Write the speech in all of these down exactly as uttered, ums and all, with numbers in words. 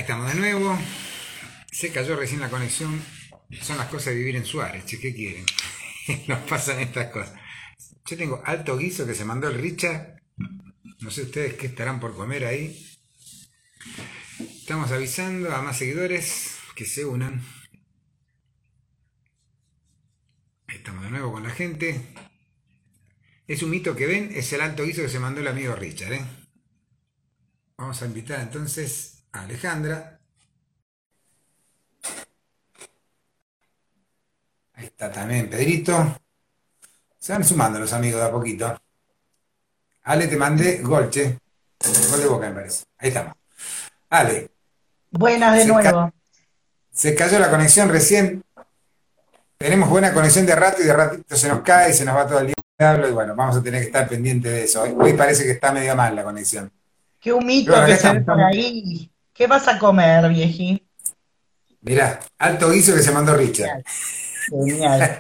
Ahí estamos de nuevo. Se cayó recién la conexión. Son las cosas de vivir en Suárez, che, ¿qué quieren? Nos pasan estas cosas. Yo tengo alto guiso que se mandó el Richard. No sé ustedes qué estarán por comer ahí. Estamos avisando a más seguidores que se unan. Ahí estamos de nuevo con la gente. Es un mito que ven, es el alto guiso que se mandó el amigo Richard, ¿eh? Vamos a invitar entonces a Alejandra. Ahí está también Pedrito. Se van sumando los amigos de a poquito. Ale, te mandé gol, che. Gol de Boca, me parece. Ahí estamos. Ale. Buenas de Se, ca nuevo. se cayó la conexión recién. Tenemos buena conexión de rato y de ratito se nos cae y se nos va todo el diablo. Y bueno, vamos a tener que estar pendientes de eso. Hoy, hoy parece que está medio mal la conexión. Qué Pero humito bueno, acá que se ve estamos. por estamos. ahí. ¿Qué vas a comer, vieji? Mirá, alto guiso que se mandó Richard. Genial, genial.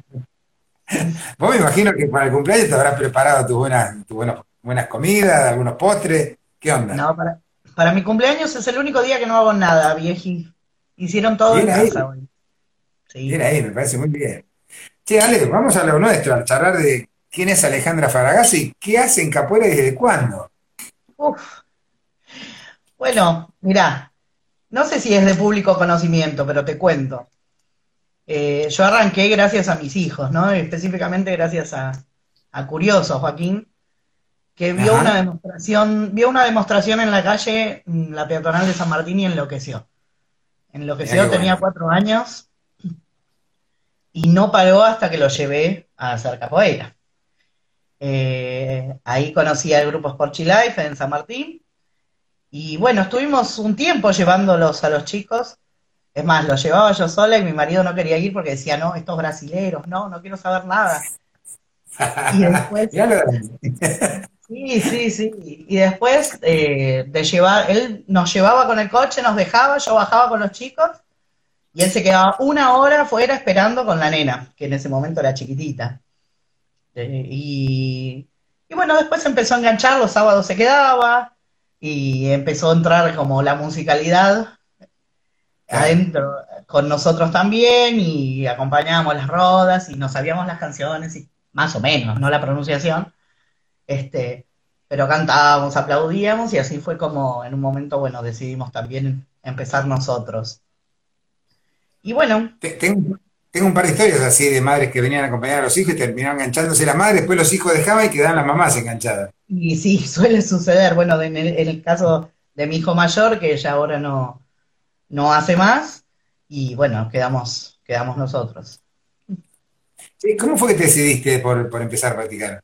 Vos me imagino que para el cumpleaños te habrás preparado tus buenas, tus buenas, buenas comidas, algunos postres. ¿Qué onda? No, para, para mi cumpleaños es el único día que no hago nada, vieji. Hicieron todo en Bien casa ahí, hoy. bien Sí. ahí, me parece muy bien. Che, Ale, vamos a lo nuestro, a charlar de quién es Alejandra Faragazzi, qué hace en Capoeira y desde cuándo. Uf. Bueno, mirá, no sé si es de público conocimiento, pero te cuento. Eh, yo arranqué gracias a mis hijos, ¿no? Específicamente gracias a, a Curioso, Joaquín, que vio una Ajá, demostración, vio una demostración en la calle, mm, la peatonal de San Martín, y enloqueció. mirá qué Enloqueció, tenía bueno. cuatro años y no paró hasta que lo llevé a hacer capoeira. Eh, ahí conocí al grupo Sporty Life en San Martín y bueno, estuvimos un tiempo llevándolos a los chicos. Es más, los llevaba yo sola y mi marido no quería ir porque decía, no, estos brasileros, no, no quiero saber nada. Y después, Mirá lo sí, sí, sí, y después eh, de llevar, él nos llevaba con el coche, nos dejaba, yo bajaba con los chicos y él se quedaba una hora afuera esperando con la nena, que en ese momento era chiquitita. Eh, y, y bueno, después empezó a enganchar, los sábados se quedaba y empezó a entrar como la musicalidad Claro. adentro con nosotros también y acompañábamos las rodas y nos sabíamos las canciones y más o menos, no la pronunciación, este, pero cantábamos, aplaudíamos y así fue como en un momento, bueno, decidimos también empezar nosotros. Y bueno, Te- Tengo, tengo un par de historias así de madres que venían a acompañar a los hijos y terminaron enganchándose las madres, después los hijos dejaban y quedaban las mamás enganchadas. y sí, suele suceder, bueno, en el, en el caso de mi hijo mayor, que ya ahora no, no hace más, y bueno, quedamos, quedamos nosotros. Sí, ¿cómo fue que te decidiste por, por empezar a practicar?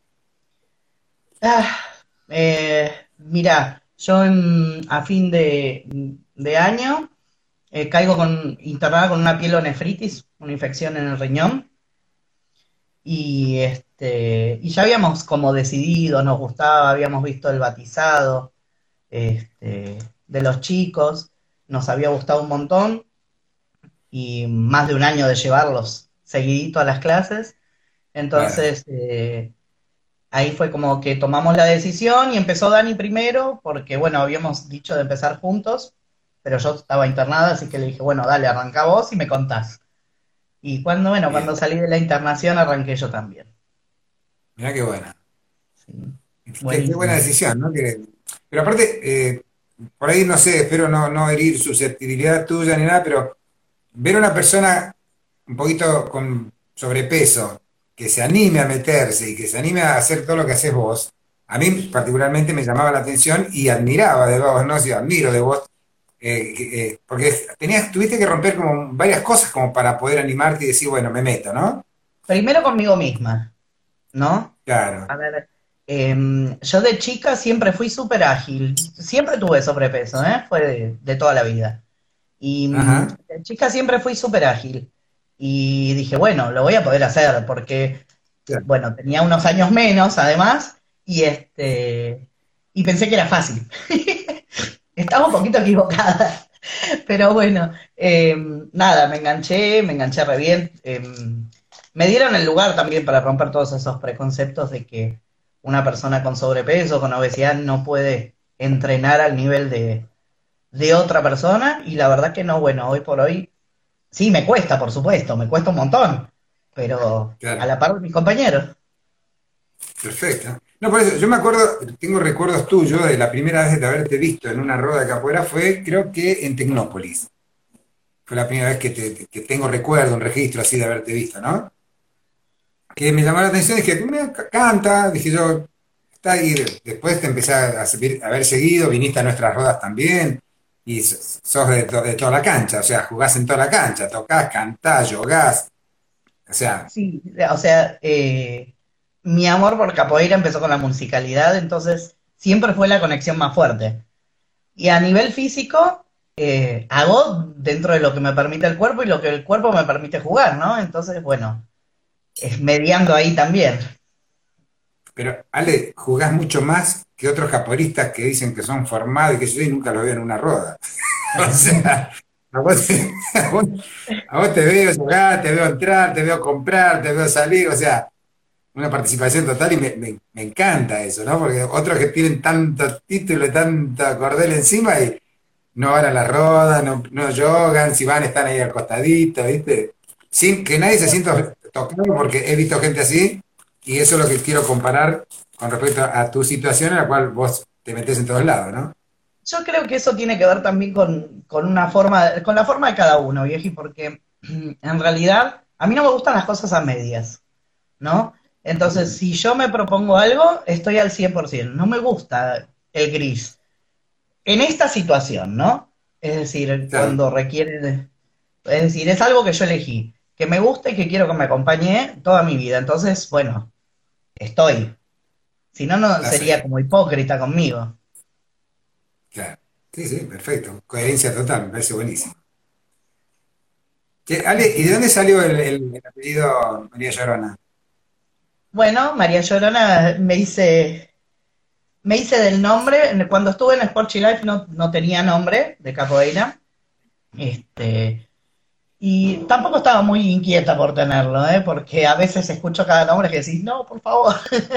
Ah, eh, mira, yo en- a fin de, de año eh, caigo con, internada con una pielonefritis, una infección en el riñón, y, este, y ya habíamos como decidido, nos gustaba, habíamos visto el batizado este, de los chicos, nos había gustado un montón, y más de un año de llevarlos seguidito a las clases, Claro. entonces eh, ahí fue como que tomamos la decisión y empezó Dani primero, porque bueno, habíamos dicho de empezar juntos, pero yo estaba internada, así que le dije, bueno, dale, arranca vos y me contás. Y cuando, bueno, cuando Bien, salí de la internación arranqué yo también. mirá qué buena. Sí, Qué, qué buena buenísimo. decisión, ¿no? Que- pero aparte, eh, por ahí no sé, espero no, no herir susceptibilidad tuya ni nada, pero ver a una persona un poquito con sobrepeso que se anime a meterse y que se anime a hacer todo lo que haces vos, a mí particularmente me llamaba la atención y admiraba de vos, no sé, admiro de vos, eh, que- eh, porque tenías, tuviste que romper como varias cosas como para poder animarte y decir, bueno, me meto, ¿no? Primero conmigo misma, ¿no? Claro. A ver, em, yo de chica siempre fui súper ágil, siempre tuve sobrepeso, ¿eh? Fue de, de toda la vida. Y mm, Ajá. de chica siempre fui súper ágil. Y dije, bueno, lo voy a poder hacer, porque, Claro. bueno, tenía unos años menos, además, y este, y pensé que era fácil. Estaba un poquito equivocada, pero bueno, eh, nada, me enganché, me enganché re bien. Eh, me dieron el lugar también para romper todos esos preconceptos de que una persona con sobrepeso, con obesidad, no puede entrenar al nivel de, de otra persona y la verdad que no, bueno, hoy por hoy sí me cuesta, por supuesto, me cuesta un montón, pero a Claro, la par de mis compañeros. perfecto. No, por eso, yo me acuerdo, tengo recuerdos tuyos de la primera vez de haberte visto en una rueda de capoeira fue, creo que en Tecnópolis. Fue la primera vez que, te- que tengo recuerdo, un registro así de haberte visto, ¿no? Que me llamó la atención, dije, me canta, dije yo, está ahí, después te empecé a, seguir- a ver seguido, viniste a nuestras rodas también, y sos sos de, to- de toda la cancha, o sea, jugás en toda la cancha, tocás, cantás, jogás, o sea, Sí, o sea, eh, mi amor por capoeira empezó con la musicalidad, entonces siempre fue la conexión más fuerte. Y a nivel físico, eh, hago dentro de lo que me permite el cuerpo y lo que el cuerpo me permite jugar, ¿no? Entonces, bueno, es mediando ahí también. pero Ale, jugás mucho más que otros capoeiristas que dicen que son formados y que yo y nunca los veo en una roda. O sea, a vos, te, a vos, a vos te veo jugar, te veo entrar, te veo comprar, te veo salir, o sea, una participación total y me, me- me encanta eso, ¿no? Porque otros que tienen tanto título y tanta cordel encima y no van a la roda, no, no yogan, si van están ahí al costadito, ¿viste? Sin que nadie se sienta tocado porque he visto gente así y eso es lo que quiero comparar con respecto a tu situación en la cual vos te metés en todos lados, ¿no? Yo creo que eso tiene que ver también con, con una forma, con la forma de cada uno, vieji, porque en realidad a mí no me gustan las cosas a medias, ¿no? Entonces, si yo me propongo algo, estoy al cien por ciento. No me gusta el gris. En esta situación, ¿no? Es decir, Claro, cuando requiere de- es decir, es algo que yo elegí, que me gusta y que quiero que me acompañe toda mi vida. Entonces, bueno, estoy. Si no, no estás sería ahí, como hipócrita conmigo. claro. Sí, sí, perfecto. Coherencia total, me parece buenísimo. Che, Ale, ¿y de dónde salió el, el- el apellido María Llorona? Bueno, María Llorona me hice, me hice del nombre. Cuando estuve en Sporty Life no, no tenía nombre de capoeira. Este, y tampoco estaba muy inquieta por tenerlo, ¿eh? Porque a veces escucho cada nombre que decís, no, por favor.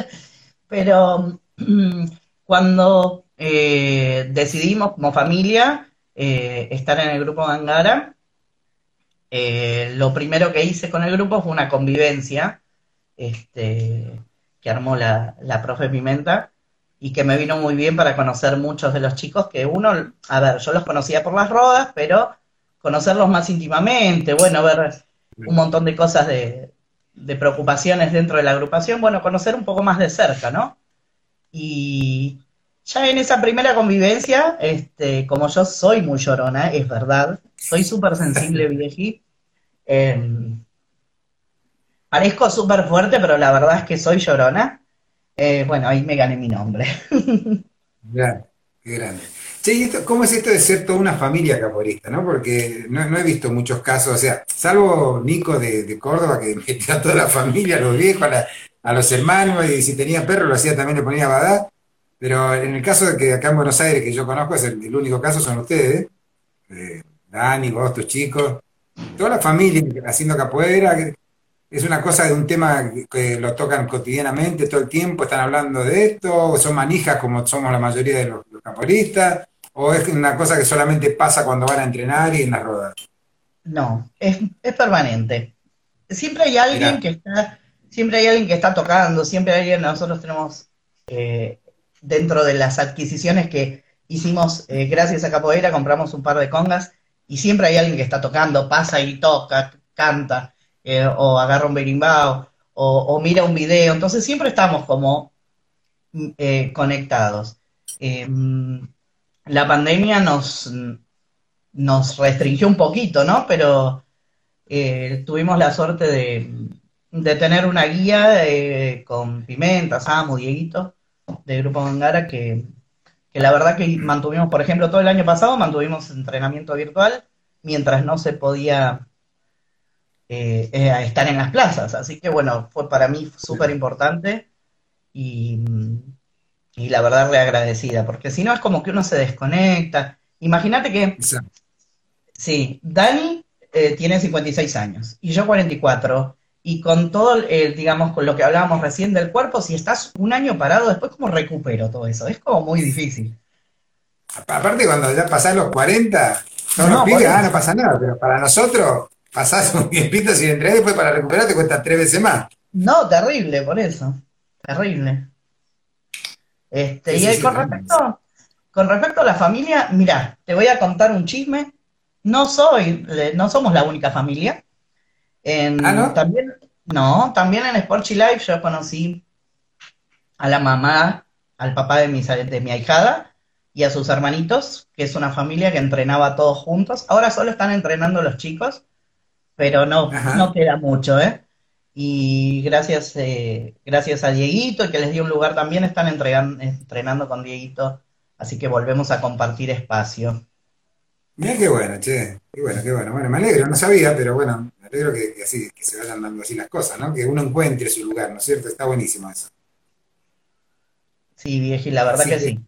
Pero mm, cuando eh, decidimos como familia eh, estar en el grupo Angara, eh, lo primero que hice con el grupo fue una convivencia este, que armó la, la profe Pimenta y que me vino muy bien para conocer muchos de los chicos que uno, a ver, yo los conocía por las rodas, pero conocerlos más íntimamente, bueno, ver un montón de cosas de, de preocupaciones dentro de la agrupación, bueno, conocer un poco más de cerca, ¿no? Y ya en esa primera convivencia, este, como yo soy muy llorona, es verdad, soy súper sensible, vieji, eh, parezco súper fuerte, pero la verdad es que soy llorona. Eh, bueno, ahí me gané mi nombre. Ya, qué grande. Che, ¿y esto, cómo es esto de ser toda una familia caporista, no? Porque no, no he visto muchos casos, o sea, salvo Nico de, de Córdoba, que metía a toda la familia, a los viejos, a, la- a los hermanos, y si tenía perro lo hacía también, le ponía badá. Pero en el caso de que acá en Buenos Aires, que yo conozco, es el, el único caso, son ustedes, eh, Dani, vos, tus chicos, toda la familia haciendo capoeira, que es una cosa de un tema que, que lo tocan cotidianamente, todo el tiempo, están hablando de esto, o son manijas como somos la mayoría de los, los capoeiristas, o es una cosa que solamente pasa cuando van a entrenar y en las rodas. No, es, es permanente. Siempre hay alguien Mirá, que está, siempre hay alguien que está tocando, siempre hay alguien, nosotros tenemos eh, dentro de las adquisiciones que hicimos eh, gracias a Capoeira, compramos un par de congas y siempre hay alguien que está tocando, pasa y toca, canta, eh, o agarra un berimbau, o, o mira un video, entonces siempre estamos como mm, eh, conectados. Eh, la pandemia nos, nos restringió un poquito, ¿no? Pero eh, tuvimos la suerte de, de tener una guía eh, con Pimenta, Samu, Dieguito, de Grupo Mangara, que, que la verdad que mantuvimos, por ejemplo, todo el año pasado mantuvimos entrenamiento virtual mientras no se podía eh, eh, estar en las plazas. Así que bueno, fue para mí súper importante y, y la verdad re agradecida, porque si no es como que uno se desconecta. Imagínate que esa- sí, Dani eh, tiene cincuenta y seis años y yo cuarenta y cuatro. Y con todo, el, digamos, con lo que hablábamos recién del cuerpo, si estás un año parado, después, ¿cómo recupero todo eso? Es como muy difícil. Aparte, cuando ya pasás los cuarenta, todos los No, por pibes, ah, eso. no pasa nada, pero para nosotros, pasás un tiempito sin entrenar y después para recuperar te cuesta tres veces más. No, terrible, por eso. Terrible. Este, Sí, y sí, ahí sí, con tremendo. respecto, con respecto a la familia, mira, te voy a contar un chisme. No soy, eh, no somos la única familia. Ah, En, ¿no? también, no, también en Sporty Life yo conocí a la mamá, al papá de mi, de mi ahijada y a sus hermanitos, que es una familia que entrenaba todos juntos. Ahora solo están entrenando los chicos, pero no, no Ajá. queda mucho, ¿eh? Y gracias, eh, gracias a Dieguito, que les dio un lugar también, están entregan- entrenando con Dieguito, así que volvemos a compartir espacio. Mirá qué bueno, che. Qué bueno, qué bueno. Bueno, me alegro, no sabía, pero bueno, me alegro que, que así, que se vayan dando así las cosas, ¿no? Que uno encuentre su lugar, ¿no es cierto? Está buenísimo eso. Sí, vieji, la verdad Así que que, sí.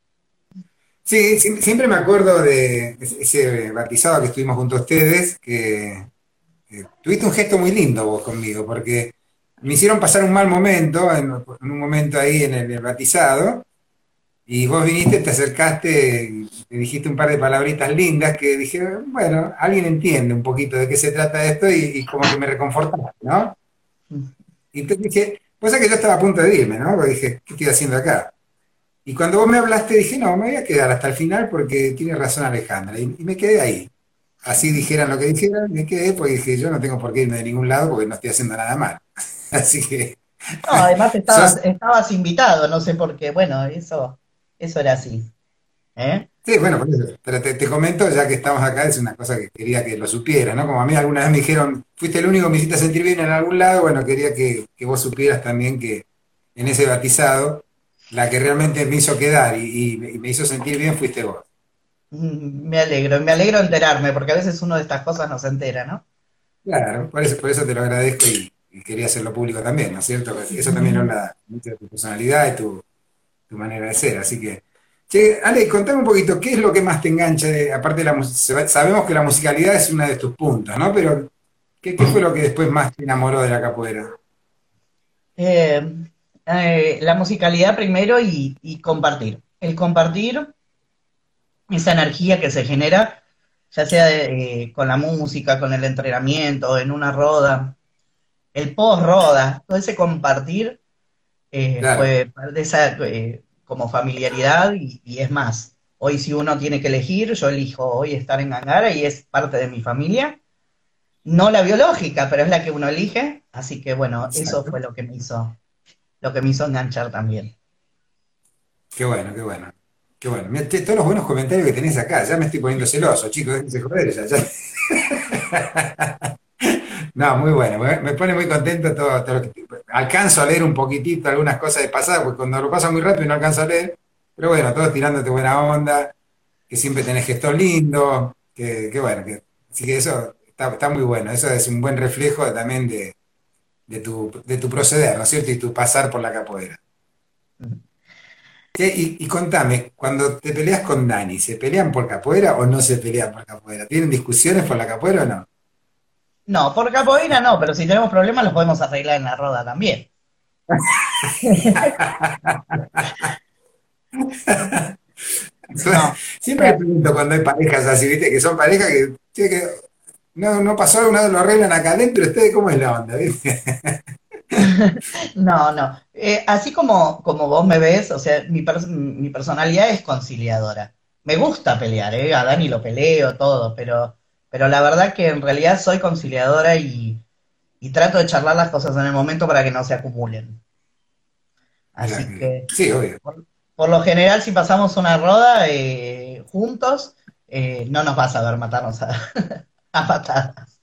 sí, sie- siempre me acuerdo de ese bautizado que estuvimos junto a ustedes, que eh, tuviste un gesto muy lindo vos conmigo, porque me hicieron pasar un mal momento, en, en un momento ahí en el, el batizado, y vos viniste, te acercaste, y me dijiste un par de palabritas lindas que dije, bueno, alguien entiende un poquito de qué se trata esto y, y como que me reconfortaste, ¿no? Y entonces dije, pues es que yo estaba a punto de irme, ¿no? Porque dije, ¿qué estoy haciendo acá? Y cuando vos me hablaste dije, no, me voy a quedar hasta el final porque tiene razón Alejandra. Y, y me quedé ahí. Así dijeran lo que dijeran, me quedé porque dije, yo no tengo por qué irme de ningún lado porque no estoy haciendo nada mal. Así que No, además sos, estabas, estabas invitado, no sé por qué, bueno, eso, eso era así, ¿eh? sí, bueno, por eso. Pero te, te comento, ya que estamos acá, es una cosa que quería que lo supieras, ¿no? Como a mí alguna vez me dijeron, fuiste el único que me hiciste sentir bien en algún lado, bueno, quería que, que vos supieras también que en ese batizado, la que realmente me hizo quedar y, y- y me hizo sentir bien fuiste vos. Mm, Me alegro, me alegro enterarme, porque a veces uno de estas cosas no se entera, ¿no? Claro, por eso, por eso te lo agradezco y, y quería hacerlo público también, ¿no es cierto? Porque eso también habla mucho de tu personalidad y tu, tu manera de ser. Así que, che, Ale, contame un poquito, ¿qué es lo que más te engancha? de- aparte de la música, sabemos que la musicalidad es uno de tus puntos, ¿no? Pero, ¿qué, qué fue lo que después más te enamoró de la capoeira? Eh, eh, la musicalidad primero y, y compartir. El compartir esa energía que se genera, ya sea eh, con la música, con el entrenamiento, en una roda, el post-roda, todo ese compartir eh, Claro, fue parte de esa eh, como familiaridad y, y es más. Hoy si uno tiene que elegir, yo elijo hoy estar en Gangara y es parte de mi familia. No la biológica, pero es la que uno elige. Así que bueno, eso exacto. fue lo que me hizo, lo que me hizo enganchar también. Qué bueno, qué bueno. Qué bueno. Mirá, che, todos los buenos comentarios que tenés acá, ya me estoy poniendo celoso, chicos, déjense joder, ya, ya. No, muy bueno, me, me pone muy contento todo, todo lo que... Alcanzo a leer un poquitito algunas cosas de pasada, porque cuando lo pasa muy rápido no alcanzo a leer, pero bueno, todos tirándote buena onda, que siempre tenés gestos lindos, que, que bueno, que, así que eso está, está muy bueno, eso es un buen reflejo también de, de tu, de tu proceder, ¿no es cierto? Y tu pasar por la capoeira. Che, y, y contame, cuando te peleas con Dani, ¿se pelean por capoeira o no se pelean por capoeira? ¿Tienen discusiones por la capoeira o no? No, por capoeira no, pero si tenemos problemas los podemos arreglar en la roda también. No. Siempre pregunto cuando hay parejas así, ¿viste? Que son parejas que, che, que no, no pasó alguna vez, lo arreglan acá adentro, ¿ustedes cómo es la onda, ¿viste? No, no. Eh, así como, como vos me ves, o sea, mi, pers- mi personalidad es conciliadora. Me gusta pelear, ¿eh? A Dani lo peleo, todo, pero, pero la verdad que en realidad soy conciliadora y, y trato de charlar las cosas en el momento para que no se acumulen. Mirá Así que bien. que, Sí, obvio. por, por lo general, si pasamos una roda eh, juntos, eh, no nos vas a ver matarnos a, a patadas.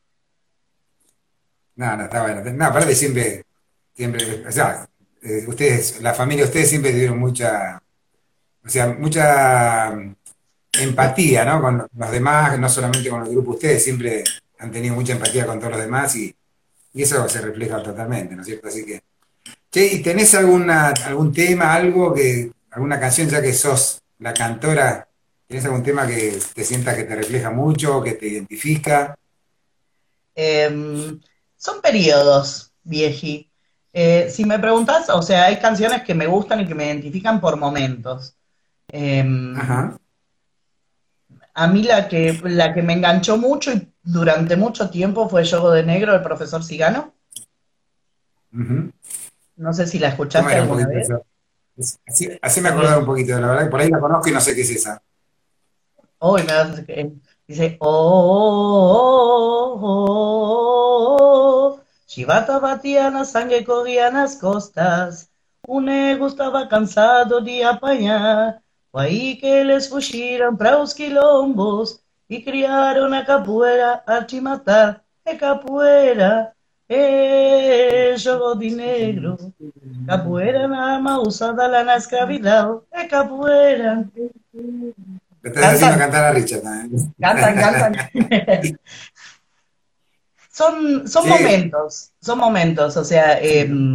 No, no, está bueno. No, aparte siempre, siempre, o sea, eh, ustedes, la familia, ustedes siempre tuvieron mucha, o sea, mucha mm, empatía, ¿no? Con los demás, no solamente con el grupo, ustedes siempre han tenido mucha empatía con todos los demás y, y eso se refleja totalmente, ¿no es cierto? Así que, che, ¿y tenés alguna, algún tema, algo que, alguna canción, ya que sos la cantora, tenés algún tema que te sientas que te refleja mucho, que te identifica? Em, son periodos, vieji. Eh, si me preguntas, o sea, hay canciones que me gustan y que me identifican por momentos. Em, Ajá. a mí la que, la que me enganchó mucho y durante mucho tiempo fue Yogo de Negro, del profesor Cigano. Ujú. No sé si la ¿Cómo escuchaste era un alguna poquito vez. eso? Es- Así, así me acordaba Eh, un poquito, la verdad que por ahí la conozco y no sé qué es esa. hoy me das- eh, dice, oh, oh, oh, Chivata batia na sangue corria nas costas, o nego estava cansado de apanhar, foi aí que eles fugiram para os quilombos e criaram a capoeira a te matar. É capoeira, é jogo de negro, capoeira na arma usada lá na escravidão, é capoeira. Me estás haciendo Cantan, cantar a Richard también. cantan, cantan. Son, son Sí, momentos, son momentos, o sea, sí, eh, ¿no?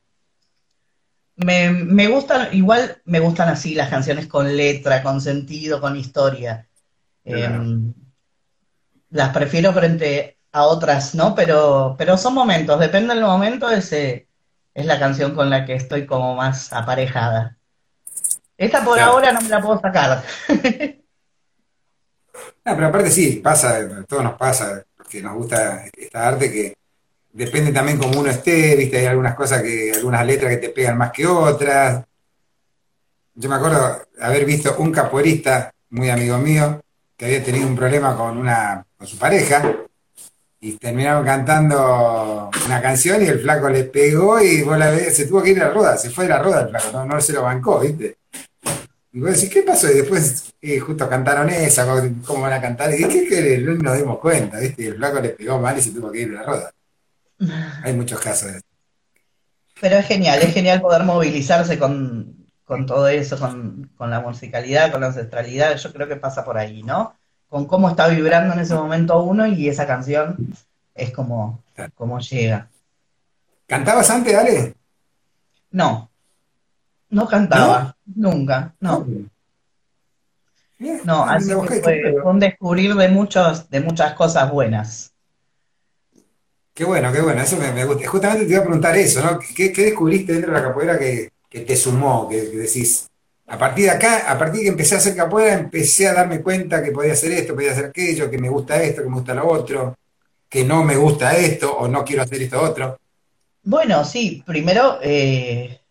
me, me gustan, igual me gustan así las canciones con letra, con sentido, con historia. Eh, Claro. las prefiero frente a otras, ¿no? Pero, pero son momentos, depende del momento, ese es la canción con la que estoy como más aparejada. Esta por Claro. ahora no me la puedo sacar. No, pero aparte sí, pasa, a todos nos pasa, que nos gusta esta arte que depende también como uno esté, viste, hay algunas cosas que, algunas letras que te pegan más que otras. Yo me acuerdo haber visto un capoeirista, muy amigo mío, que había tenido un problema con una, con su pareja, y terminaron cantando una canción y el flaco le pegó y vos la ves, se tuvo que ir a la roda, se fue de la roda el flaco, no, no se lo bancó, ¿viste? Y vos decís, ¿qué pasó? Y después eh, justo cantaron esa, ¿cómo cómo van a cantar? Y dije, ¿qué querés? No nos dimos cuenta, ¿viste? Y el flaco le pegó mal y se tuvo que ir de la roda. Hay muchos casos de eso. Pero es genial, es genial poder movilizarse con, con todo eso, con, con, la musicalidad, con la ancestralidad. Yo creo que pasa por ahí, ¿no? Con cómo está vibrando en ese momento uno y esa canción es como, como llega. ¿Cantabas antes, Ale? No, no ¿No? cantaba, nunca, no. ¿Cómo? Mirá, No, me así que busqué, qué fue, bueno. fue un descubrir de, muchos, de muchas cosas buenas. Qué bueno, qué bueno, eso me, me gusta. Justamente te iba a preguntar eso, ¿no? ¿Qué, qué descubriste dentro de la capoeira que, que te sumó? Que, que decís, a partir de acá, a partir de que empecé a hacer capoeira, empecé a darme cuenta que podía hacer esto, podía hacer aquello, que me gusta esto, que me gusta lo otro, que no me gusta esto o no quiero hacer esto otro. Bueno, sí, primero eh,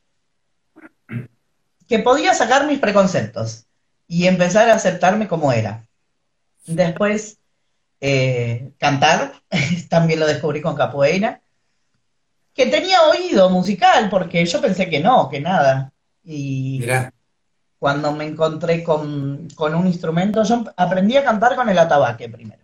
que podía sacar mis preconceptos y empezar a aceptarme como era. Después eh, cantar, también lo descubrí con capoeira, que tenía oído musical, porque yo pensé que no, que nada. Y Mirá, cuando me encontré con, con un instrumento, yo aprendí a cantar con el atabaque primero.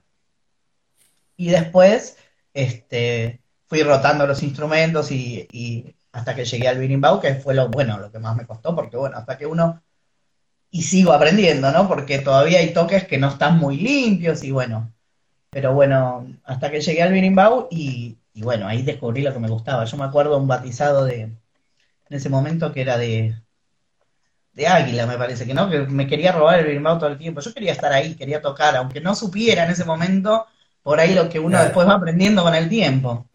Y después este, fui rotando los instrumentos y, y hasta que llegué al berimbau, que fue lo bueno, lo que más me costó, porque bueno, hasta que uno, y sigo aprendiendo, ¿no? Porque todavía hay toques que no están muy limpios y bueno, pero bueno, hasta que llegué al berimbau y, y bueno, ahí descubrí lo que me gustaba. Yo me acuerdo un batizado de, en ese momento que era de, de Águila, me parece que no, que me quería robar el berimbau todo el tiempo. Yo quería estar ahí, quería tocar, aunque no supiera en ese momento, por ahí lo que uno claro. después va aprendiendo con el tiempo.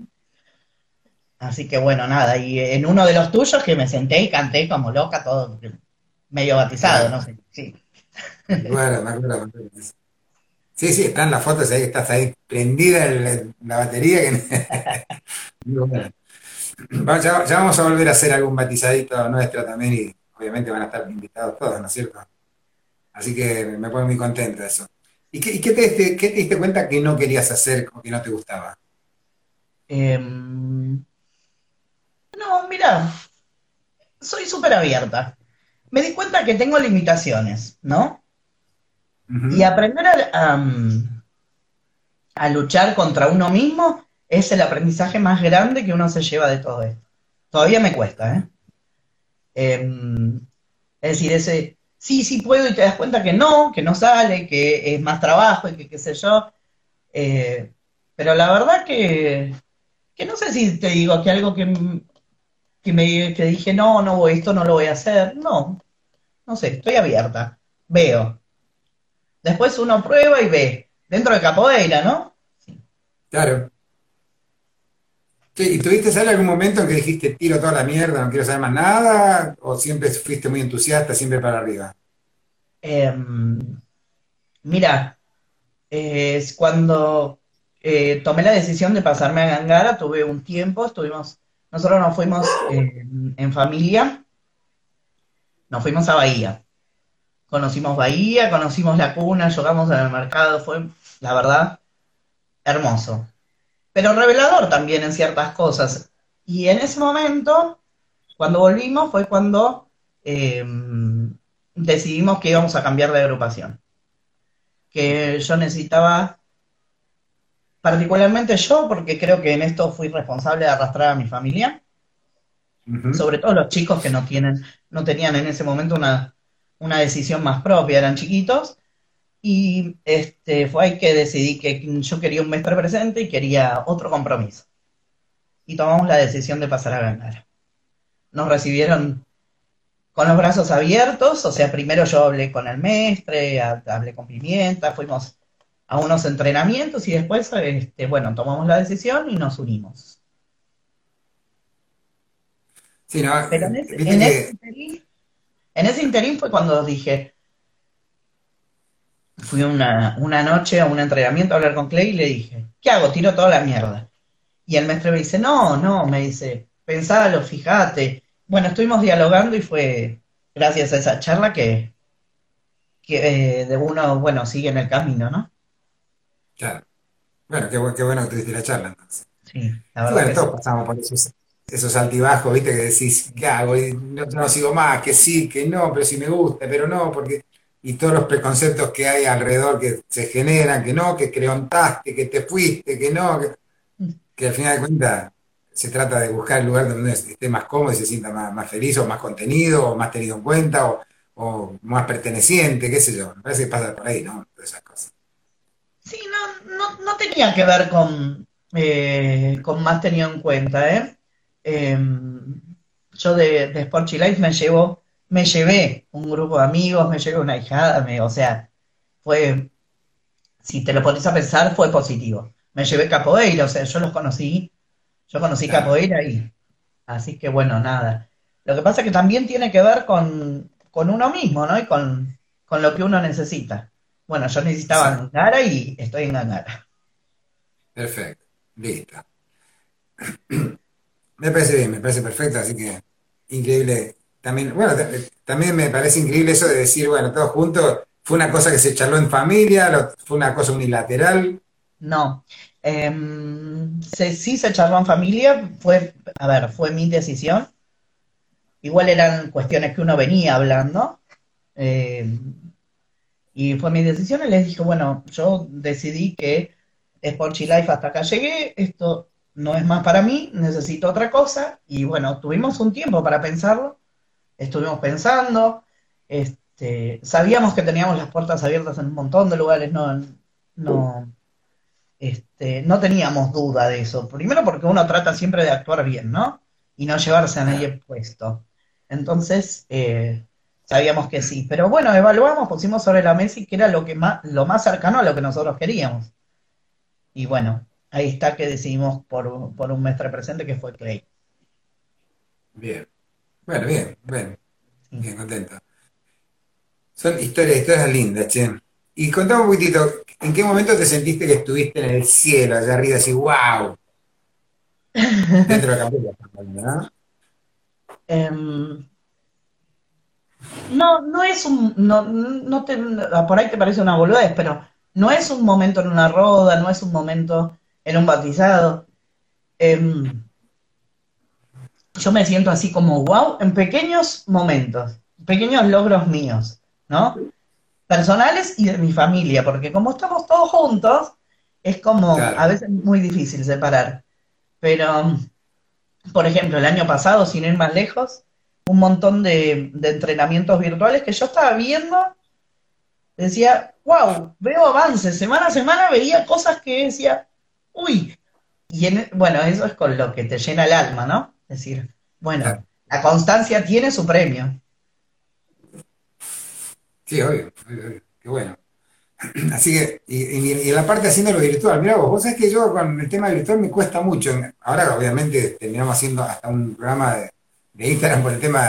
Así que bueno, nada, y en uno de los tuyos que me senté y canté como loca, todo medio batizado, Claro. no sé, sí. Me acuerdo, me acuerdo, me acuerdo. Sí, sí, están las fotos ahí, estás ahí prendida en la batería. Que... Muy bueno. Va- Ya, ya vamos a volver a hacer algún batizadito nuestro también y obviamente van a estar invitados todos, ¿no es cierto? Así que me pone muy contento eso. ¿Y qué, y qué te, diste- qué te diste cuenta que no querías hacer o que no te gustaba? Em, no, mira, soy súper abierta. Me di cuenta que tengo limitaciones, ¿no? Y Ujú. aprender a, a, a luchar contra uno mismo es el aprendizaje más grande que uno se lleva de todo esto. Todavía me cuesta, ¿eh? Em, es decir, ese sí, sí puedo y te das cuenta que no, que no sale, que es más trabajo y que qué sé yo. Eh, pero la verdad que, que no sé si te digo que algo que, que me que dije, no, no, esto no lo voy a hacer. No, no sé, estoy abierta. Veo. Después uno prueba y ve. Dentro de capoeira, ¿no? Claro. Che, ¿y tuviste sale algún momento en que dijiste tiro toda la mierda, no quiero saber más nada? ¿O siempre fuiste muy entusiasta, siempre para arriba? Em, Mira, eh, es cuando eh, tomé la decisión de pasarme a Gangara, tuve un tiempo, estuvimos, nosotros nos fuimos eh, en familia, nos fuimos a Bahía. Conocimos Bahía, conocimos la cuna, jugamos en el mercado, fue, la verdad, hermoso. Pero revelador también en ciertas cosas. Y en ese momento, cuando volvimos, fue cuando eh, decidimos que íbamos a cambiar de agrupación. Que yo necesitaba, particularmente yo, porque creo que en esto fui responsable de arrastrar a mi familia, Ujú. sobre todo los chicos que no tienen, no tenían en ese momento una, una decisión más propia, eran chiquitos. Y este, fue ahí que decidí que yo quería un mestre presente y quería otro compromiso. Y tomamos la decisión de pasar a ganar. Nos recibieron con los brazos abiertos, o sea, primero yo hablé con el mestre, hablé con Pimienta, fuimos a unos entrenamientos y después, este, bueno, tomamos la decisión y nos unimos. Sí, no, Pero en eh, ese, viste en ese que, interín, en ese interín fue cuando dije, fui una, una noche a un entrenamiento a hablar con Clay y le dije, ¿qué hago? Tiro toda la mierda. Y el maestro me dice, no, no, me dice, pensalo, fíjate. Bueno, estuvimos dialogando y fue gracias a esa charla que, que eh, de uno, bueno, sigue en el camino, ¿no? claro, bueno, qué, bu- qué bueno que tuviste la charla entonces. Sí, la Sí, verdad bueno, que sí. todos pasamos por esos, esos altibajos, viste, que decís, ¿qué hago? Y no, no sigo más, que sí, que no, pero sí me gusta, pero no, porque... Y todos los preconceptos que hay alrededor que se generan, que no, que creontaste, que te fuiste, que no, que, que al final de cuentas se trata de buscar el lugar donde uno esté más cómodo y se sienta más, más feliz o más contenido o más tenido en cuenta o, o más perteneciente, qué sé yo. Me parece que pasa por ahí, ¿no? Todas esas cosas. Sí, no, no, no tenía que ver con, eh, con más tenido en cuenta, ¿eh? Eh, yo de, de Sporty Life me llevo, me llevé un grupo de amigos, me llevé una hijada, me, o sea, fue, si te lo pones a pensar, fue positivo. Me llevé capoeira, o sea, yo los conocí, yo conocí Claro, capoeira ahí. Así que bueno, nada. Lo que pasa es que también tiene que ver con, con uno mismo, ¿no? Y con, con lo que uno necesita. Bueno, yo necesitaba exacto. Angara y estoy en Angara. Perfecto. Listo. Me parece bien, me parece perfecto, así que increíble. También, bueno, ta- también me parece increíble eso de decir, bueno, todos juntos, fue una cosa que se charló en familia, lo- fue una cosa unilateral. No. Em, se- sí se charló en familia, fue, a ver, fue mi decisión. Igual eran cuestiones que uno venía hablando. em, y fue mi decisión y les dije, bueno, yo decidí que Sporty Life hasta acá llegué, esto no es más para mí, necesito otra cosa. Y bueno, tuvimos un tiempo para pensarlo, estuvimos pensando, este, sabíamos que teníamos las puertas abiertas en un montón de lugares, no, no, este, no teníamos duda de eso. Primero porque uno trata siempre de actuar bien, ¿no? Y no llevarse a nadie Claro, puesto. Entonces, eh, sabíamos que sí. Pero bueno, evaluamos, pusimos sobre la mesa y que era lo que más, lo más cercano a lo que nosotros queríamos. Y bueno, ahí está que decidimos por, por un mestre presente que fue Clay. bien. Bueno, bien, bien, Sí. bien, contento. Son historias, historias lindas, che. Y contame un poquitito, ¿en qué momento te sentiste que estuviste en el cielo, allá arriba, así, wow, dentro de la campera, ¿no? Em, no, no es un, no, no te, por ahí te parece una boludez, pero no es un momento en una roda, no es un momento en un bautizado. Em, yo me siento así como wow en pequeños momentos, pequeños logros míos, ¿no? Personales y de mi familia, porque como estamos todos juntos, es como a Claro, veces muy difícil separar. Pero, por ejemplo, el año pasado, sin ir más lejos, un montón de, de entrenamientos virtuales que yo estaba viendo, decía, wow, veo avances, semana a semana veía cosas que decía, uy, y en- bueno, eso es con lo que te llena el alma, ¿no? Es decir, claro. bueno, la constancia tiene su premio. Sí, obvio, obvio, obvio. Qué bueno. Así que, y, y- y en la parte haciendo lo virtual, mira vos, vos sabés que yo con el tema virtual me cuesta mucho. Ahora, obviamente, terminamos haciendo hasta un programa de, de Instagram por el tema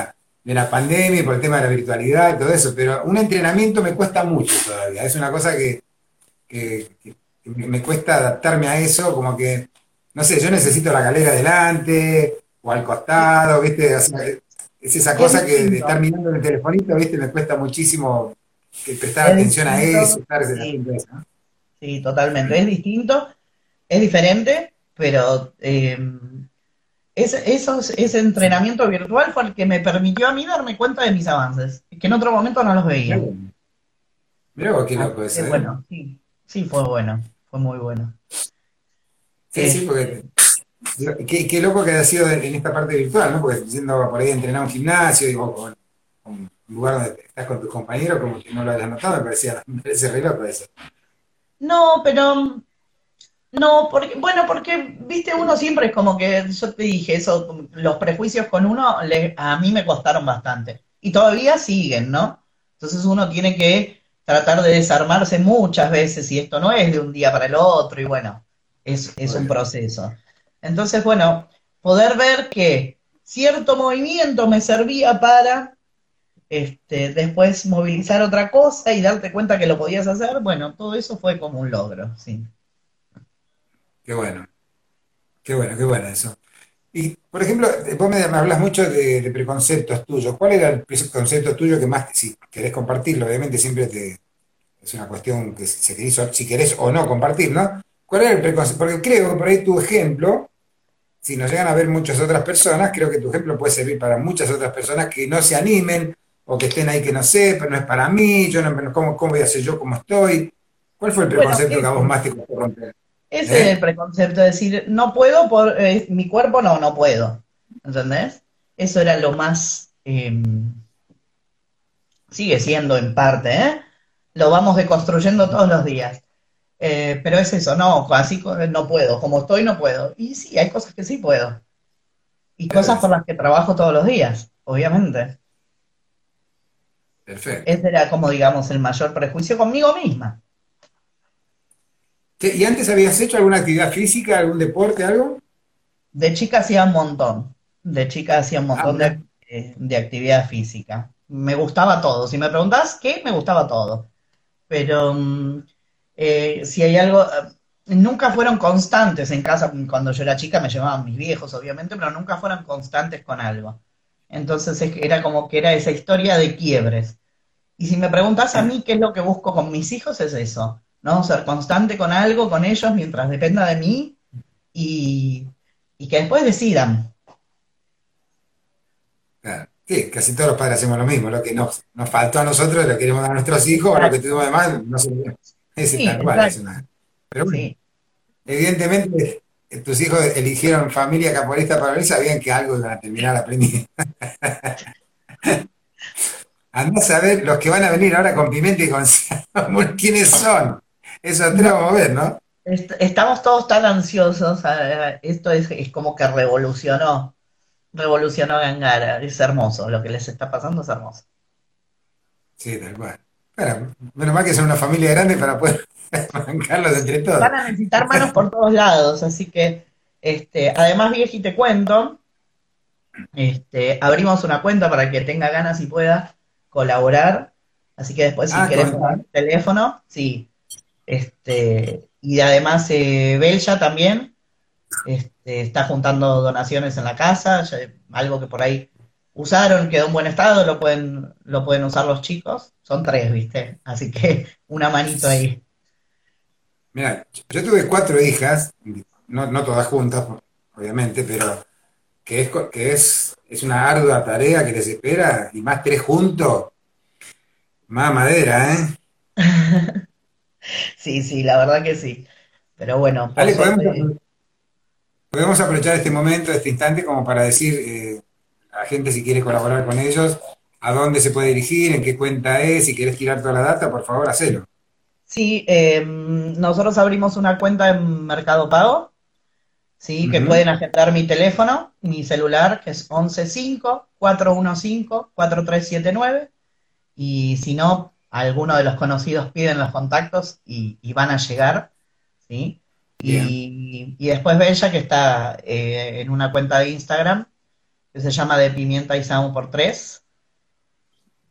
de la pandemia y por el tema de la virtualidad y todo eso, pero un entrenamiento me cuesta mucho todavía. Es una cosa que, que- que me cuesta adaptarme a eso, como que, no sé, yo necesito la galera adelante o al costado, ¿viste? O sea, es esa Es cosa que de estar distinto, mirando en el telefonito, ¿viste? Me cuesta muchísimo que prestar es atención a eso, distinto, estar sí, haciendo eso, ¿no? sí, totalmente. Es distinto, es diferente, pero eh, ese, esos- ese entrenamiento virtual fue el que me permitió a mí darme cuenta de mis avances, que en otro momento no los Mirá veía. vos, mirá vos qué Así loco que eso, ¿eh? bueno, sí, sí fue bueno, fue muy bueno. Sí, sí, porque Este, qué, qué loco que haya sido en esta parte virtual, ¿no? Porque siendo por ahí a entrenar a un gimnasio y, o, o un lugar donde estás con tus compañeros, como que no lo hayas notado, me parecía, me parece re loco eso. no, pero no, porque, bueno, porque, viste, uno siempre es como que, yo te dije, eso, los prejuicios con uno, le- a mí me costaron bastante. Y todavía siguen, ¿no? Entonces uno tiene que tratar de desarmarse muchas veces y esto no es de un día para el otro y bueno, es, es un Bueno, proceso. Entonces, bueno, poder ver que cierto movimiento me servía para este, después movilizar otra cosa y darte cuenta que lo podías hacer, bueno, todo eso fue como un logro, sí. qué bueno, qué bueno, qué bueno eso. Y, por ejemplo, vos me, me hablas mucho de, de preconceptos tuyos. ¿Cuál era el preconcepto tuyo que más, si querés compartirlo, obviamente siempre te, es una cuestión que se te hizo, si querés o no compartir, ¿no? ¿Cuál era el preconcepto? Porque creo que por ahí tu ejemplo, si nos llegan a ver muchas otras personas, creo que tu ejemplo puede servir para muchas otras personas que no se animen o que estén ahí que no sé, pero no es para mí, yo no, ¿cómo, cómo voy a hacer yo como estoy? ¿Cuál fue el Bueno, preconcepto que a vos ese. más te costó romper? Ese es el ¿Eh? preconcepto, de decir, no puedo por eh, mi cuerpo, no, no puedo. ¿Entendés? Eso era lo más, eh, sigue siendo en parte, ¿eh? Lo vamos deconstruyendo todos los días. Eh, pero es eso, no, así co- no puedo, como estoy no puedo. Y sí, hay cosas que sí puedo. Y cosas por ¿Ves? las que trabajo todos los días, obviamente. Perfecto. Ese era como, digamos, el mayor prejuicio conmigo misma. Che, ¿y antes habías hecho alguna actividad física, algún deporte, algo? De chica hacía un montón, de chica hacía un Ah, montón mirá. de, eh, de actividad física. Me gustaba todo. Si me preguntás qué, me gustaba todo. Pero mm, eh, si hay algo, eh, nunca fueron constantes en casa. Cuando yo era chica me llevaban mis viejos, obviamente, pero nunca fueron constantes con algo. Entonces es que era como que era esa historia de quiebres. Y si me preguntás a mí qué es lo que busco con mis hijos, es eso, ¿no? Ser constante con algo, con ellos, mientras dependa de mí y, y que después decidan. Claro. Sí, casi todos los padres hacemos lo mismo. Lo que nos, nos faltó a nosotros lo queremos dar a nuestros hijos, o lo que Exacto. tuvimos de mal, no se lo- Ese Sí, tal cual, es exacto. una. Pero bueno, Sí. evidentemente eh, tus hijos eligieron familia caporista para ver, sabían que algo iban a terminar aprendiendo. Andás a ver los que van a venir ahora con Pimenta y con Samuel, ¿quiénes son? Eso atrás No, vamos a ver, ¿no? est- estamos todos tan ansiosos. ah, Esto es, es como que revolucionó, revolucionó Gangara. Es hermoso. Lo que les está pasando es hermoso. Sí, tal cual. Bueno, menos mal que son una familia grande para poder bancarlos entre todos. Van a necesitar manos por todos lados, así que, este, además, Vieji, te cuento, este, abrimos una cuenta para que tenga ganas y pueda colaborar, así que después si Ah, querés pasar contame. el teléfono, sí, este, y además eh, Belja también, este, está juntando donaciones en la casa, ya- algo que por ahí usaron, quedó en buen estado, lo pueden, lo pueden usar los chicos, son tres, ¿viste? Así que una manito ahí. Mira, yo tuve cuatro hijas, no, no todas juntas, obviamente, pero que es, co- que es, es una ardua tarea que les espera, y más tres juntos, más madera, ¿eh? Sí, sí, la verdad que sí. Pero bueno, por Ale, podemos, suerte, podemos aprovechar este momento, este instante, como para decir eh, a la gente si quiere colaborar con ellos, a dónde se puede dirigir, en qué cuenta es, si querés tirar toda la data, por favor, hacelo. sí, eh, nosotros abrimos una cuenta en Mercado Pago, sí, que Ujú. pueden agendar mi teléfono, mi celular, que es once cinco, cuatro uno cinco, cuatro tres siete nueve, y si no, alguno de los conocidos piden los contactos y, y van a llegar, ¿sí? Bien, Y, y después Bella, que está eh, en una cuenta de Instagram, que se llama de Pimienta y Samu por tres.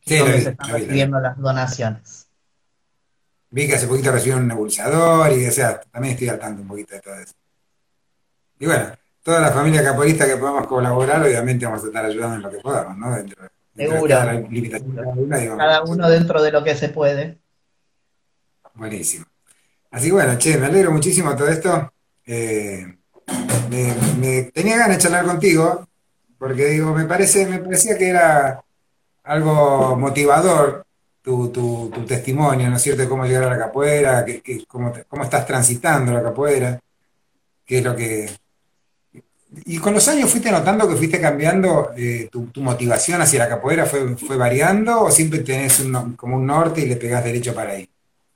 Sí, lo donde se vi, están lo vi, lo vi. recibiendo las donaciones. Vi que hace poquito recibieron un nebulizador y, o sea, también estoy al tanto un poquito de todo eso. Y bueno, toda la familia caporista que podamos colaborar, obviamente vamos a estar ayudando en lo que podamos, ¿no? Dentro, dentro de cada Seguro, limitación de seguro. cada una, digo, Cada uno dentro de lo que se puede. buenísimo. Así que bueno, che, me alegro muchísimo de todo esto. Eh, me, me- tenía ganas de charlar contigo, porque digo, me parece, me parecía que era algo motivador tu, tu, tu testimonio, ¿no es cierto? De cómo llegar a la capoeira, que, que- cómo, te- cómo estás transitando la capoeira, qué es lo que... Y con los años fuiste notando que fuiste cambiando, eh, tu, tu motivación hacia la capoeira fue, fue variando o siempre tenés un no- como un norte y le pegás derecho para ahí.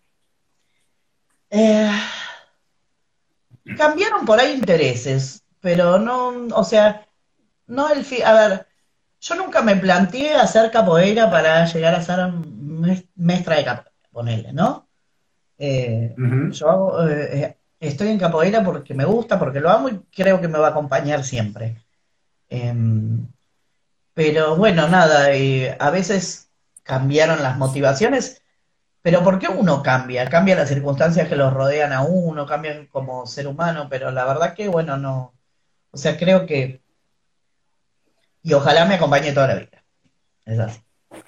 Eh, Cambiaron por ahí intereses, pero no, o sea, no el fin. A ver, yo nunca me planteé hacer capoeira para llegar a ser mes- maestra de capoeira, ponele, ¿no? Eh, Ujú. yo hago, eh, eh, estoy en capoeira porque me gusta, porque lo amo y creo que me va a acompañar siempre. Em, pero bueno, nada, eh, a veces cambiaron las motivaciones, pero ¿por qué uno cambia? Cambia las circunstancias que los rodean a uno, cambian como ser humano, pero la verdad que, bueno, no. O sea, creo que, y ojalá me acompañe toda la vida. Es así.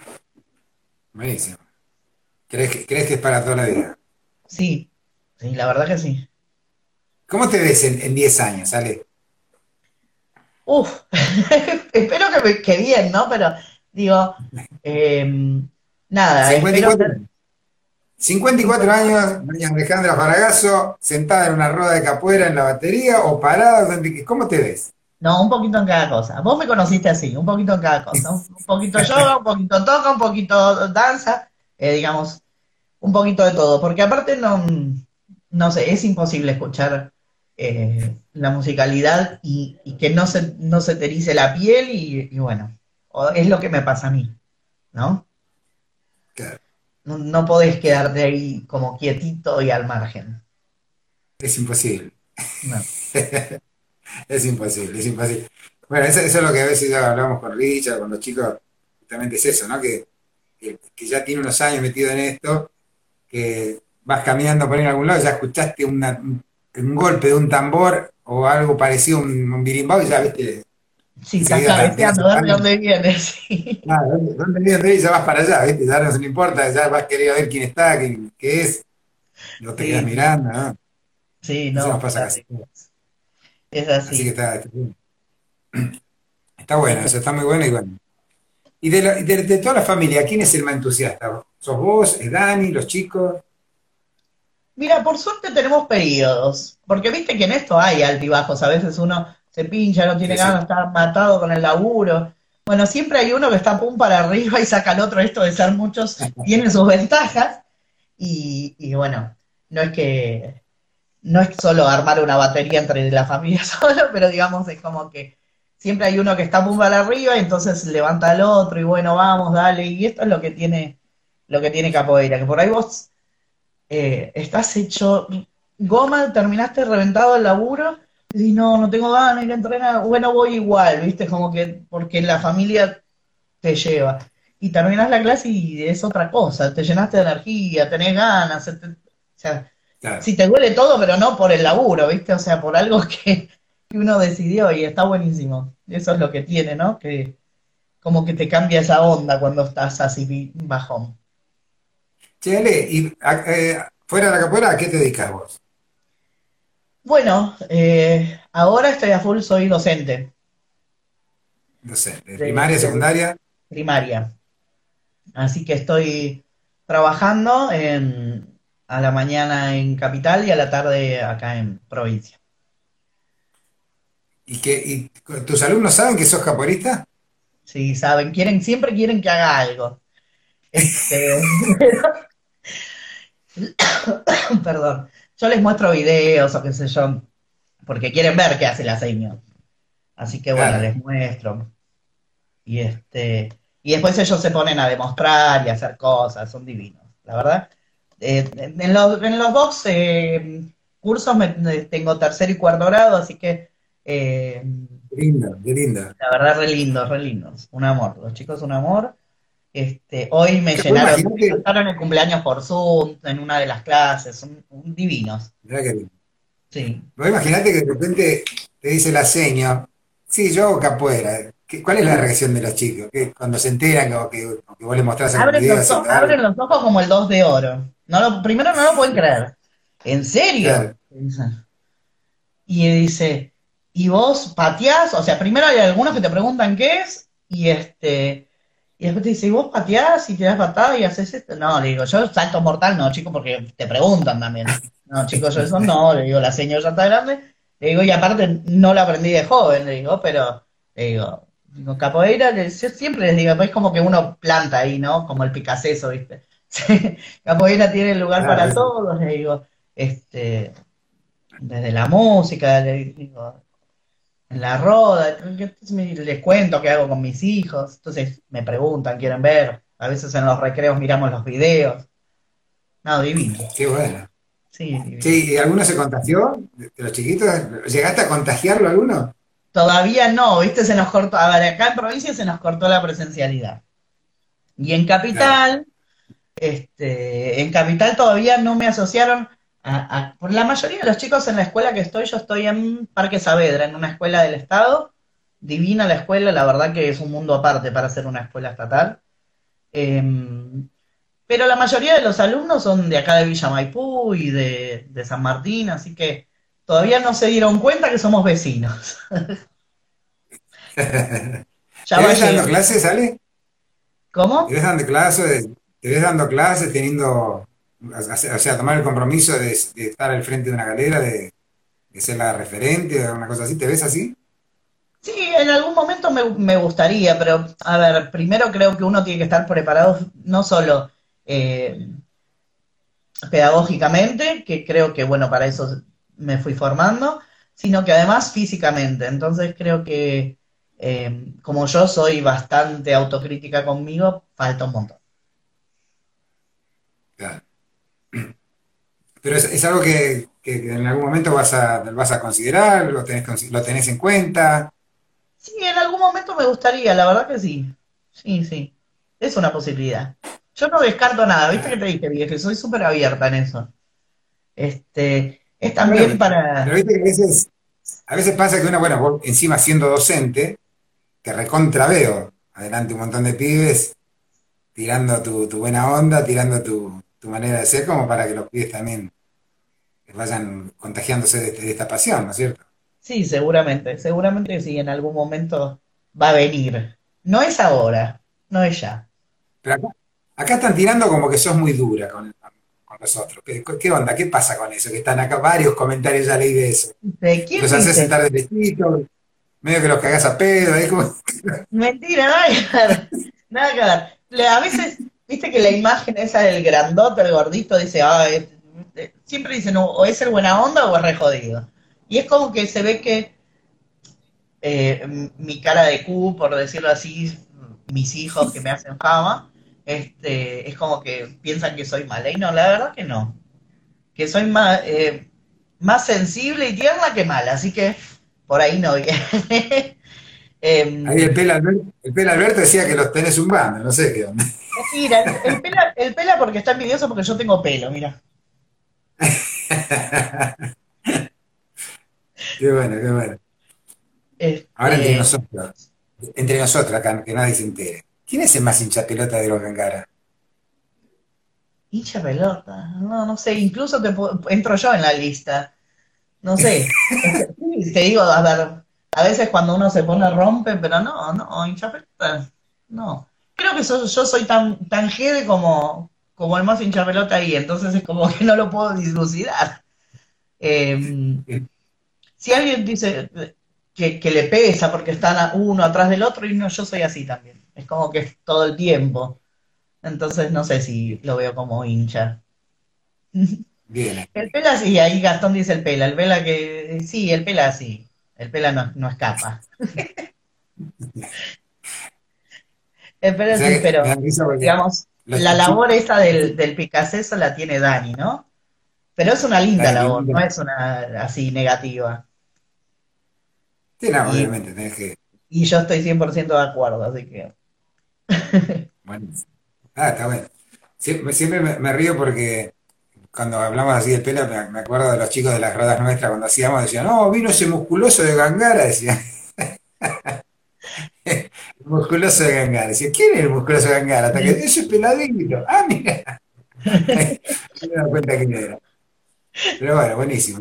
Buenísimo. ¿Crees que, crees que es para toda la vida? Sí, sí, la verdad que sí. ¿Cómo te ves en, en diez años, Ale? Uf, espero que, me- que bien, ¿no? Pero digo, em, nada, cincuenta y espero cuatro ser años. cincuenta y cuatro cincuenta. años, doña Alejandra Faragasso, sentada en una rueda de capoeira en la batería o parada, donde- ¿cómo te ves? No, un poquito en cada cosa. Vos me conociste así, un poquito en cada cosa. Un, un poquito yoga, un poquito toca, un poquito danza, eh, digamos, un poquito de todo. Porque aparte no, no sé, es imposible escuchar eh, la musicalidad y, y que no se, no se te erice la piel y, y bueno, o- es lo que me pasa a mí, ¿no? Claro, No, no podés quedarte ahí como quietito y al margen. es imposible. No. Es imposible, es imposible. Bueno, eso, eso es lo que a veces ya hablamos con Richard, con los chicos, justamente es eso, ¿no? Que, que, que ya tiene unos años metido en esto, que vas caminando por ahí en algún lado, ya escuchaste una- un, un golpe de un tambor o algo parecido a un, un birimbao y ya, viste, Sí, estás enseguida ta- tenés cabeceando, el a ver de plan. dónde viene, sí. Claro, ¿dónde, dónde viene de ahí? Ya vas para allá, ¿viste? Ya no se le importa, ya vas a querer ver quién está, quién, qué es, no te quedas Sí, sí, mirando, ¿no? sí, Eso nos no, pasa es casi así. todo. Es Así que así. está, está, está bueno, Es eso así. está muy bueno y bueno. Y de, la- de- de toda la familia, ¿quién es el más entusiasta? ¿Sos vos? ¿Es Dani? ¿Los chicos? Mira, por suerte tenemos periodos, porque viste que en esto hay altibajos, a veces uno se pincha, no tiene Sí, ganas, sí. está matado con el laburo. Bueno, siempre hay uno que está pum para arriba y saca al otro, esto de ser muchos tiene sus ventajas y, y bueno, no es que, no es solo armar una batería entre la familia solo, pero digamos es como que siempre hay uno que está pum para arriba y entonces levanta al otro y bueno, vamos, dale, y esto es lo que tiene, lo que tiene capoeira, que por ahí vos eh, estás hecho goma, terminaste reventado el laburo, y dices, no, no tengo ganas de ir a entrenar, bueno, voy igual, viste, como que porque la familia te lleva. Y terminas la clase y es otra cosa, te llenaste de energía, tenés ganas, se te- o sea, Claro. si te duele todo, pero no por el laburo, viste, o sea, por algo que, que uno decidió y está buenísimo. Eso es lo que tiene, ¿no? Que como que te cambia esa onda cuando estás así bajón. Che, Ale, y a- eh, fuera de la capoeira, ¿a qué te dedicas vos? Bueno, eh, ahora estoy a full, soy docente No sé, ¿de de, primaria, de secundaria? primaria, así que estoy trabajando en, a la mañana en Capital y a la tarde acá en provincia. ¿Y, que, y tus alumnos saben que sos capoeirista? Sí, saben, quieren, siempre quieren que haga algo. Este, perdón, yo les muestro videos o qué sé yo, porque quieren ver qué hace la seño. Así que bueno, Claro. les muestro. Y este, y después ellos se ponen a demostrar y a hacer cosas, son divinos, la verdad. Eh, en, los, en los dos eh, cursos me, me- tengo tercer y cuarto grado, así que eh, Qué lindo, qué lindo. la verdad re lindos, re lindos. Un amor, los chicos un amor. Este, hoy me Es que vos llenaron, me imaginate, cantaron el cumpleaños por Zoom en una de las clases, un, un divinos. mirá que bien. Sí. Vos imaginate que de repente te dice la seño, sí, yo hago capoeira. ¿Qué- ¿Cuál es la reacción de los chicos? Que cuando se enteran o que, o que vos les mostrás algún Abren video los, o- haciendo algo. abren los ojos como el dos de oro. No lo, primero no lo pueden creer. ¿En serio? Claro, Dicen. Y dice, ¿y vos pateás? O sea, primero hay algunos que te preguntan qué es, y este, y después te dice, ¿y vos pateás y tirás patada y haces esto? No, le digo, yo salto mortal, no, chico, porque te preguntan también. No, chicos, yo eso no, le digo, la señora ya está grande, le digo, y aparte no la aprendí de joven, le digo, pero, le digo, digo, capoeira, le- yo siempre les digo, es como que uno planta ahí, ¿no? Como el Picasso, ¿viste? Capoeira tiene lugar para claro, eso. todos, le digo, este, desde la música, le digo, en la roda, entonces me- les cuento qué hago con mis hijos, entonces me preguntan, quieren ver, a veces en los recreos miramos los videos, no, divino, Qué bueno. sí, divino. Sí, ¿y alguno se contagió de de los chiquitos? ¿Llegaste a contagiarlo alguno? Todavía no, viste, se nos cortó, a ver, acá en provincia se nos cortó la presencialidad. Y en Claro. capital, este, en capital todavía no me asociaron a, a- por la mayoría de los chicos en la escuela que estoy, yo estoy en Parque Saavedra, en una escuela del Estado, divina la escuela, la verdad que es un mundo aparte para ser una escuela estatal. Eh, pero la mayoría de los alumnos son de acá de Villa Maipú y de, de San Martín, así que todavía no se dieron cuenta que somos vecinos. Ya ¿Te va a ves dando llegar. clases, Ale? ¿Te ¿Cómo? ves dando clases? ¿Te ves dando clases, teniendo, o sea, tomar el compromiso de, de estar al frente de una galera, de, de ser la referente o una cosa así? ¿Te ves así? Sí, en algún momento me, me gustaría, pero a ver, primero creo que uno tiene que estar preparado no solo eh, pedagógicamente, que creo que, bueno, para eso me fui formando, sino que además físicamente. Entonces creo que eh, como yo soy bastante autocrítica conmigo, falta un montón. Claro. Pero es, es algo que, que- que en algún momento vas a, vas a considerar, lo tenés, consi- lo tenés en cuenta. Sí, en algún momento me gustaría, la verdad que sí. Sí, sí. Es una posibilidad. Yo no descarto nada, ¿viste que te dije, viejo? Soy súper abierta en eso. Este, es Bueno, también pero para... viste que a veces, a veces pasa que uno, bueno, vos encima siendo docente, te recontra veo. Adelante un montón de pibes tirando tu, tu buena onda, tirando tu, tu manera de ser, como para que los pibes también vayan contagiándose de, de esta pasión, ¿no es cierto? Sí, seguramente, seguramente sí, en algún momento va a venir. No es ahora, no es ya. Pero acá, acá están tirando como que sos muy dura con, con nosotros. ¿Qué, qué onda? ¿Qué pasa con eso? Que están acá varios comentarios, ya leí de eso. ¿De Que quién los haces dice? sentar derechito, medio que los cagás a pedo, es como... Mentira, nada que ver, nada que ver. Le- A veces, viste que la imagen esa del grandote, el gordito, dice, ah, es- eh, siempre dicen, o o es el buena onda o es re jodido. Y es como que se ve que eh, m- mi cara de Q, por decirlo así, mis hijos que me hacen fama, este, es como que piensan que soy mala. Y no, la verdad que no. Que soy más, eh, más sensible y tierna que mala, así que por ahí no viene. Ahí el Em, pela Alberto, el pela Alberto decía que los tenés un bando, no sé qué onda. Mentira, el, el pela, el pela porque está envidioso porque yo tengo pelo, mira. Qué bueno, qué bueno. Ahora entre Este, nosotros, entre nosotros acá, que nadie se entere. ¿Quién es el más hincha pelota de los Gangara? hincha pelota, no, no sé, incluso te, pu- entro yo en la lista, no sé. Este, sí, te digo, a ver, a veces cuando uno se pone rompe, pero no, no, hincha pelota, no. Creo que so- yo soy tan, tan jede como, como el más hincha pelota ahí, entonces es como que no lo puedo dislucidar. Em, Si alguien dice que, que le pesa porque están a- uno atrás del otro, y no, yo soy así también. Es como que es todo el tiempo. Entonces no sé si lo veo como hincha. Viene. El Pela sí, ahí Gastón dice el Pela. El Pela que sí, el Pela sí. El Pela no, no escapa. El O Pela sea sí, que me pero da risa porque digamos, los la chichi- labor esa del, del Picasso la tiene Dani, ¿no? Pero es una linda Dale, labor, no Quintana. es una así negativa. Sí, no, Y, obviamente, tenés que. y yo estoy cien por ciento de acuerdo, así que. Buenísimo. Ah, está bueno. Siempre, siempre me, me río porque cuando hablamos así de pelo, me, me acuerdo de los chicos de las rodas nuestras cuando hacíamos, decían, no, vino ese musculoso de Gangara, decían. El musculoso de Gangara. Decía, ¿quién es el musculoso de Gangara? Hasta que, ese es peladito. Ah, mira. No me daba cuenta quién era. Pero bueno, buenísimo.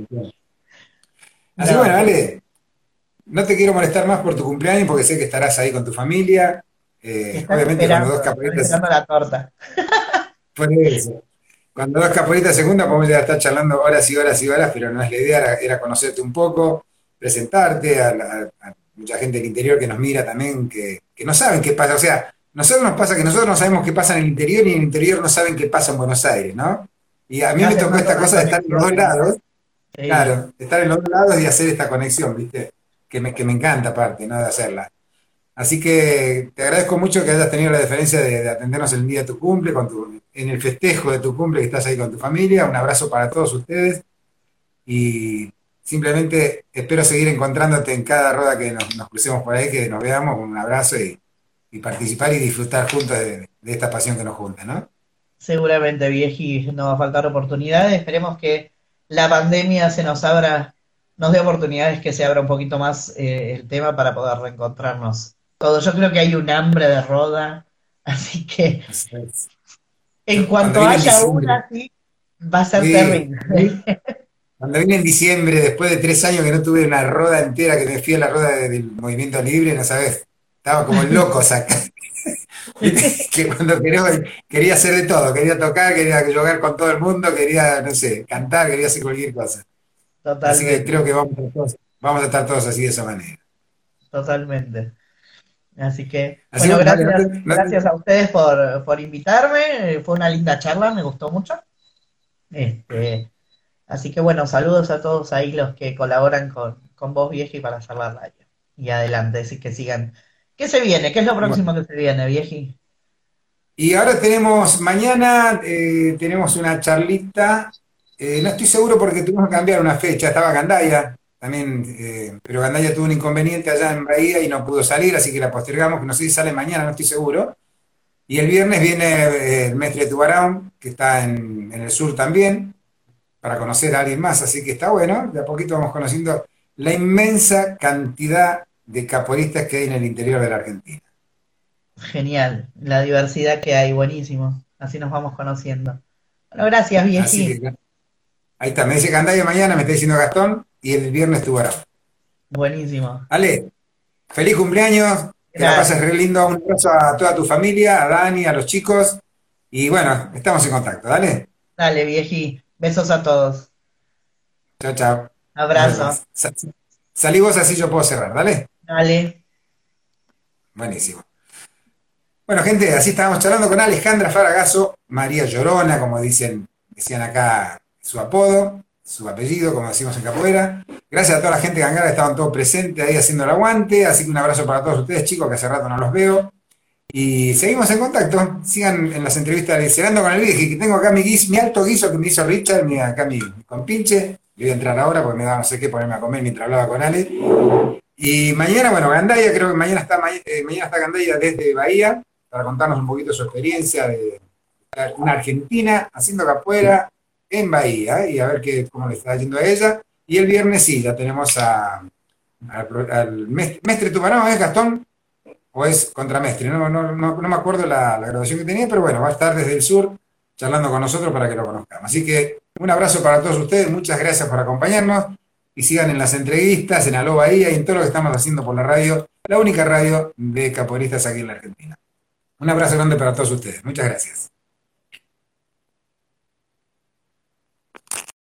Así que No, bueno, Ale, no te quiero molestar más por tu cumpleaños porque sé que estarás ahí con tu familia. que Eh, están obviamente cuando dos esperando, están caporitas, esperando la torta. por eso. Cuando dos caporitas se juntan podemos ya estar charlando horas y horas y horas, pero no es la idea, era, era conocerte un poco, presentarte a, la- a mucha gente del interior que nos mira también, que, que no saben qué pasa. O sea, nosotros nos pasa que nosotros no sabemos qué pasa en el interior y en el interior no saben qué pasa en Buenos Aires, ¿no? Y a Que mí me hacen tocó falta esta unas cosa de estar en los dos conexiones. lados. Sí, Claro, estar en los dos lados y hacer esta conexión, ¿viste? Que me, que me encanta aparte, ¿no? De hacerla. Así que te agradezco mucho que hayas tenido la deferencia de, de atendernos el día de tu cumple, con tu, en el festejo de tu cumple que estás ahí con tu familia. Un abrazo para todos ustedes y simplemente espero seguir encontrándote en cada roda que nos, nos crucemos por ahí, que nos veamos. Un abrazo y, y participar y disfrutar juntos de, de esta pasión que nos junta, ¿no? seguramente, vieji, no va a faltar oportunidades. Esperemos que la pandemia se nos abra, nos dé oportunidades que se abra un poquito más eh, el tema para poder reencontrarnos todos. Yo creo que hay un hambre de roda, así que Eso es. en Yo, cuando cuanto vine en haya diciembre, una, sí, va a ser sí, terrible. cuando vine en diciembre, después de tres años que no tuve una roda entera, que me fui a la roda de- del movimiento libre, no sabes, estaba como loco acá. Viste que cuando quería, quería hacer de todo, quería tocar, quería jugar con todo el mundo, quería, no sé, cantar, quería hacer cualquier cosa. Así que Totalmente, creo que vamos a estar todos, vamos a estar todos así de esa manera. totalmente. Así que, Así bueno, bueno, vale, no gracias, te- no gracias te- a ustedes por, por invitarme. eh, Fue una linda charla, me gustó mucho. Este, así que bueno, saludos a todos ahí los que colaboran con, con vos, Vieji, para hacer la radio. Y adelante, así que sigan. ¿Qué se viene? ¿Qué es lo bueno. próximo que se viene, Vieji? Y ahora tenemos, mañana eh, tenemos una charlita, eh, no estoy seguro porque tuvimos que cambiar una fecha, estaba Gandaya también, eh, pero Gandaya tuvo un inconveniente allá en Bahía y no pudo salir, así que la postergamos, que no sé si sale mañana, no estoy seguro. Y el viernes viene eh, el Mestre Tubarão, que está en, en el sur también, para conocer a alguien más, así que está bueno, de a poquito vamos conociendo la inmensa cantidad de caporistas que hay en el interior de la Argentina. Genial, la diversidad que hay, buenísimo. Así nos vamos conociendo. Bueno, gracias, Así Vieji. que ahí está, me dice Candaya mañana, me está diciendo Gastón, y el viernes Tubarão. Buenísimo. Ale, feliz cumpleaños, que la pases Gracias. re lindo, un abrazo a toda tu familia, a Dani, a los chicos, y bueno, estamos en contacto, dale. Dale, Vieji. Besos a todos. Chao, chao. Nos Abrazo. vemos. Sa- Salí vos así yo puedo cerrar, dale. Dale. Buenísimo. Bueno, gente, así estábamos charlando con Alejandra Faragaso, María Llorona, como dicen, decían acá su apodo, su apellido, como decimos en Capoeira. Gracias a toda la gente de Gangara, estaban todos presentes ahí haciendo el aguante, así que un abrazo para todos ustedes, chicos, que hace rato no los veo. Y seguimos en contacto, sigan en las entrevistas de Cenando con el Vieji, que tengo acá mi, guis, mi alto guiso que me hizo Richard, mi, acá mi, mi compinche. Le voy a entrar ahora porque me da no sé qué ponerme a comer mientras hablaba con Ale. Y mañana, bueno, Gandaya, creo que mañana está, eh, mañana está Gandaya desde Bahía para contarnos un poquito su experiencia de una argentina haciendo capoeira en Bahía y a ver qué, cómo le está yendo a ella. Y el viernes sí, ya tenemos a, al, al mestre, mestre Tubarão, ¿es Gastón? ¿O es contramestre? No, no, no, no me acuerdo la, la graduación que tenía, pero bueno, va a estar desde el sur charlando con nosotros para que lo conozcamos. Así que un abrazo para todos ustedes, muchas gracias por acompañarnos y sigan en las entrevistas, en Aló Bahía y en todo lo que estamos haciendo por la radio, la única radio de capoeiristas aquí en la Argentina. Un abrazo grande para todos ustedes. Muchas gracias.